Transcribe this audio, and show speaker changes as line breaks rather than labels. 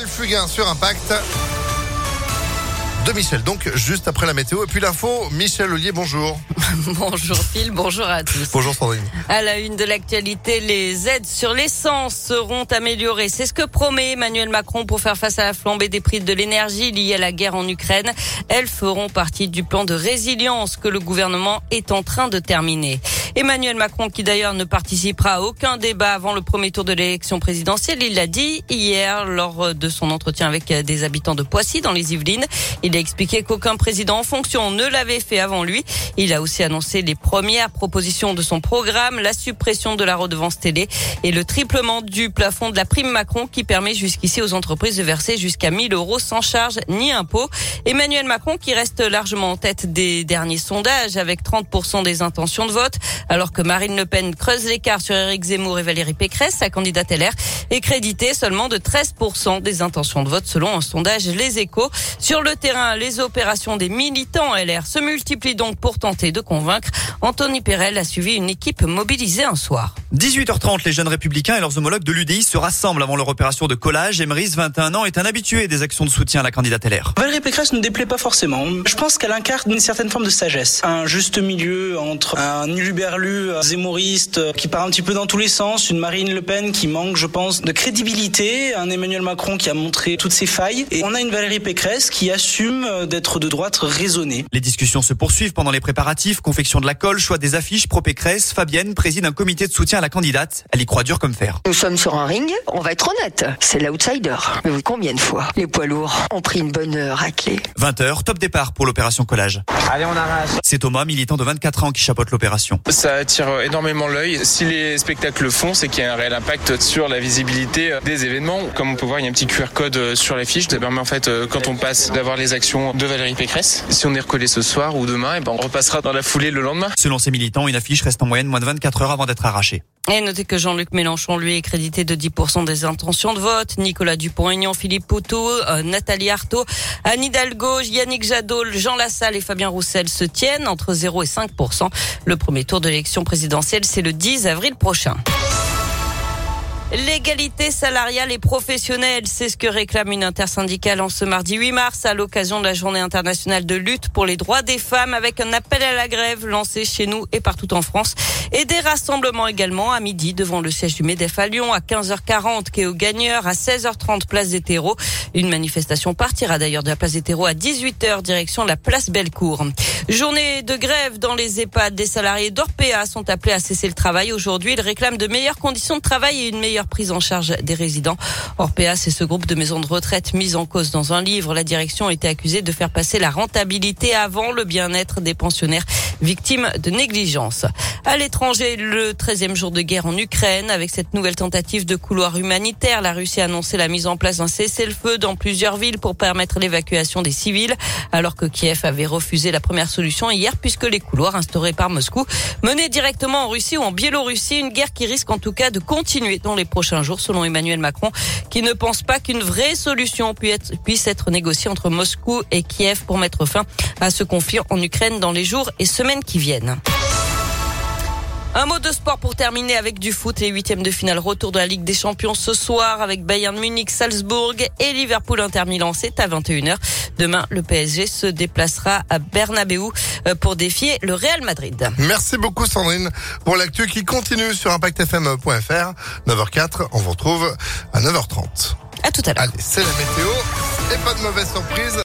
Fugain sur Impact de Michel, donc juste après la météo. Et puis l'info, Michel Ollier, bonjour.
Bonjour Phil, bonjour à tous.
Bonjour Sandrine.
À la une de l'actualité, les aides sur l'essence seront améliorées. C'est ce que promet Emmanuel Macron pour faire face à la flambée des prix de l'énergie liée à la guerre en Ukraine. Elles feront partie du plan de résilience que le gouvernement est en train de terminer. Emmanuel Macron, qui d'ailleurs ne participera à aucun débat avant le premier tour de l'élection présidentielle, il l'a dit hier lors de son entretien avec des habitants de Poissy dans les Yvelines. Il a expliqué qu'aucun président en fonction ne l'avait fait avant lui. Il a aussi annoncé les premières propositions de son programme, la suppression de la redevance télé et le triplement du plafond de la prime Macron qui permet jusqu'ici aux entreprises de verser jusqu'à 1 000 € sans charge ni impôt. Emmanuel Macron qui reste largement en tête des derniers sondages avec 30% des intentions de vote, alors que Marine Le Pen creuse l'écart sur Éric Zemmour et Valérie Pécresse, sa candidate LR, est créditée seulement de 13% des intentions de vote selon un sondage Les Échos. Sur le terrain, les opérations des militants LR se multiplient donc pour tenter de convaincre. Anthony Perel a suivi une équipe mobilisée un soir.
18h30, les jeunes républicains et leurs homologues de l'UDI se rassemblent avant leur opération de collage. Emeris, 21 ans, est un habitué des actions de soutien à la candidate LR.
Valérie Pécresse ne déplaît pas forcément. Je pense qu'elle incarne une certaine forme de sagesse. Un juste milieu entre un uluberlu zémouriste qui part un petit peu dans tous les sens, une Marine Le Pen qui manque, je pense, de crédibilité, un Emmanuel Macron qui a montré toutes ses failles, et on a une Valérie Pécresse qui assume d'être de droite raisonnée.
Les discussions se poursuivent pendant les préparatifs, confection de la colle, choix des affiches pro-Pécresse. Fabienne préside un comité de soutien à la candidate. Elle y croit dur comme fer.
Nous sommes sur un ring, on va être honnête, c'est l'outsider. Mais oui, combien de fois les poids lourds ont pris une bonne raclée.
20h, top départ pour l'opération collage.
Allez, on arrache.
C'est Thomas, militant de 24 ans, qui chapeaute l'opération.
Ça attire énormément l'œil. Si les spectacles le font, c'est qu'il y a un réel impact sur la visibilité des événements. Comme on peut voir, il y a un petit QR code sur l'affiche. Ça permet en fait, quand on passe, d'avoir les actions de Valérie Pécresse. Si on est recollé ce soir ou demain, et ben on repassera dans la foulée le lendemain.
Selon ces militants, une affiche reste en moyenne moins de 24 heures avant d'être arrachée.
Et notez que Jean-Luc Mélenchon, lui, est crédité de 10% des intentions de vote. Nicolas Dupont-Aignan, Philippe Poutou, Nathalie Arthaud, Anne Hidalgo, Yannick Jadot, Jean Lassalle et Fabien Roussel se tiennent entre 0 et 5%. Le premier tour de l'élection présidentielle, c'est le 10 avril prochain. L'égalité salariale et professionnelle, c'est ce que réclame une intersyndicale en ce mardi 8 mars à l'occasion de la journée internationale de lutte pour les droits des femmes, avec un appel à la grève lancé chez nous et partout en France, et des rassemblements également à midi devant le siège du MEDEF à Lyon, à 15h40 quai aux Gagneurs, à 16h30 place des Terreaux. Une manifestation partira d'ailleurs de la place des Terreaux à 18h direction la place Bellecour. Journée de grève dans les EHPAD. Des salariés d'Orpea sont appelés à cesser le travail aujourd'hui. Ils réclament de meilleures conditions de travail et une meilleure prise en charge des résidents. Orpea, c'est ce groupe de maisons de retraite mis en cause dans un livre. La direction a été accusée de faire passer la rentabilité avant le bien-être des pensionnaires victimes de négligence. À l'étranger, le 13e jour de guerre en Ukraine. Avec cette nouvelle tentative de couloir humanitaire, la Russie a annoncé la mise en place d'un cessez-le-feu dans plusieurs villes pour permettre l'évacuation des civils, alors que Kiev avait refusé la première solution hier, puisque les couloirs instaurés par Moscou menaient directement en Russie ou en Biélorussie. Une guerre qui risque en tout cas de continuer dans les prochains jours, selon Emmanuel Macron, qui ne pense pas qu'une vraie solution puisse être négociée entre Moscou et Kiev pour mettre fin à ce conflit en Ukraine dans les jours et semaines qui viennent. Un mot de sport pour terminer avec du foot. Les 8e de finale retour de la Ligue des Champions ce soir avec Bayern Munich, Salzbourg et Liverpool Inter Milan. C'est à 21h. Demain, le PSG se déplacera à Bernabeu pour défier le Real Madrid.
Merci beaucoup Sandrine pour l'actu qui continue sur impactfm.fr. 9h04, on vous retrouve à 9h30.
À tout à l'heure.
Allez, c'est la météo et pas de mauvaise surprise.